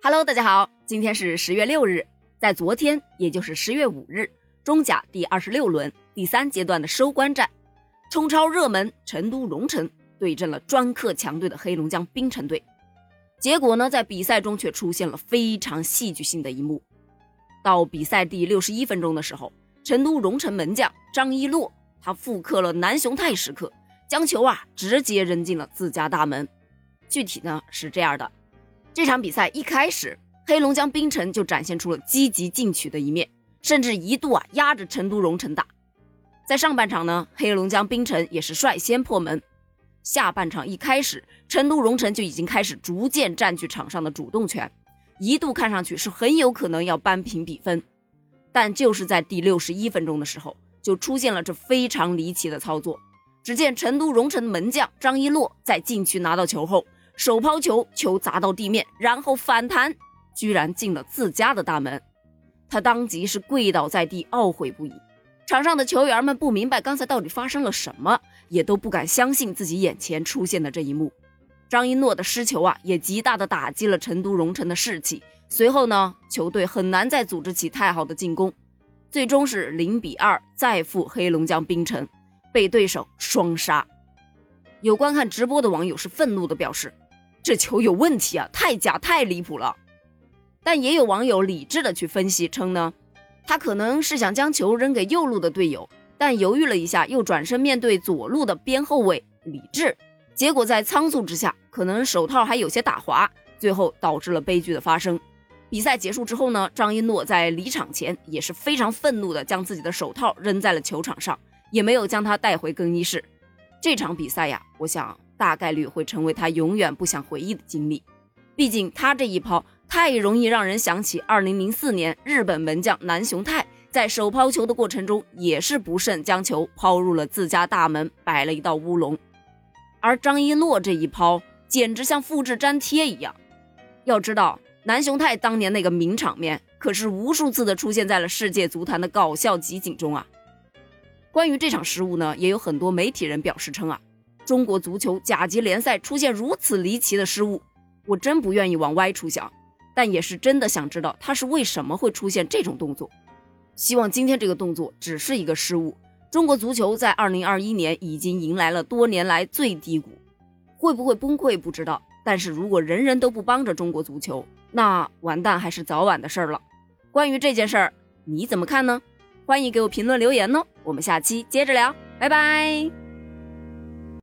Hello， 大家好，今天是10月6日，在昨天，也就是10月5日，中甲第26轮第3阶段的收官战，冲超热门成都蓉城对阵了专克强队的黑龙江冰城队。结果呢，在比赛中却出现了非常戏剧性的一幕。到比赛第61分钟的时候，成都蓉城门将张一洛，他复刻了南雄泰时刻，将球直接扔进了自家大门。具体呢是这样的，这场比赛一开始，黑龙江冰城就展现出了积极进取的一面，甚至一度压着成都蓉城打。在上半场呢，黑龙江冰城也是率先破门。下半场一开始，成都蓉城就已经开始逐渐占据场上的主动权，一度看上去是很有可能要扳平比分。但就是在第61分钟的时候，就出现了这非常离奇的操作。只见成都蓉城的门将张一洛在禁区拿到球后，手抛球，球砸到地面，然后反弹，居然进了自家的大门。他当即是跪倒在地，懊悔不已。场上的球员们不明白刚才到底发生了什么，也都不敢相信自己眼前出现的这一幕。张一诺的失球也极大的打击了成都蓉城的士气。随后呢，球队很难再组织起太好的进攻，最终是0-2再负黑龙江冰城，被对手双杀。有观看直播的网友是愤怒的表示，这球有问题太假太离谱了。但也有网友理智的去分析称呢，他可能是想将球扔给右路的队友，但犹豫了一下，又转身面对左路的边后卫李智，结果在仓促之下，可能手套还有些打滑，最后导致了悲剧的发生。比赛结束之后呢，张一诺在离场前也是非常愤怒的将自己的手套扔在了球场上，也没有将它带回更衣室。这场比赛我想大概率会成为他永远不想回忆的经历。毕竟他这一抛太容易让人想起2004年日本门将南雄泰在手抛球的过程中也是不慎将球抛入了自家大门，摆了一道乌龙。而张一洛这一抛简直像复制粘贴一样。要知道南雄泰当年那个名场面可是无数次的出现在了世界足坛的搞笑集锦中关于这场失误呢，也有很多媒体人表示称中国足球甲级联赛出现如此离奇的失误，我真不愿意往歪处想，但也是真的想知道他是为什么会出现这种动作。希望今天这个动作只是一个失误。中国足球在2021年已经迎来了多年来最低谷，会不会崩溃不知道，但是如果人人都不帮着中国足球，那完蛋还是早晚的事了。关于这件事儿，你怎么看呢？欢迎给我评论留言哦，我们下期接着聊，拜拜。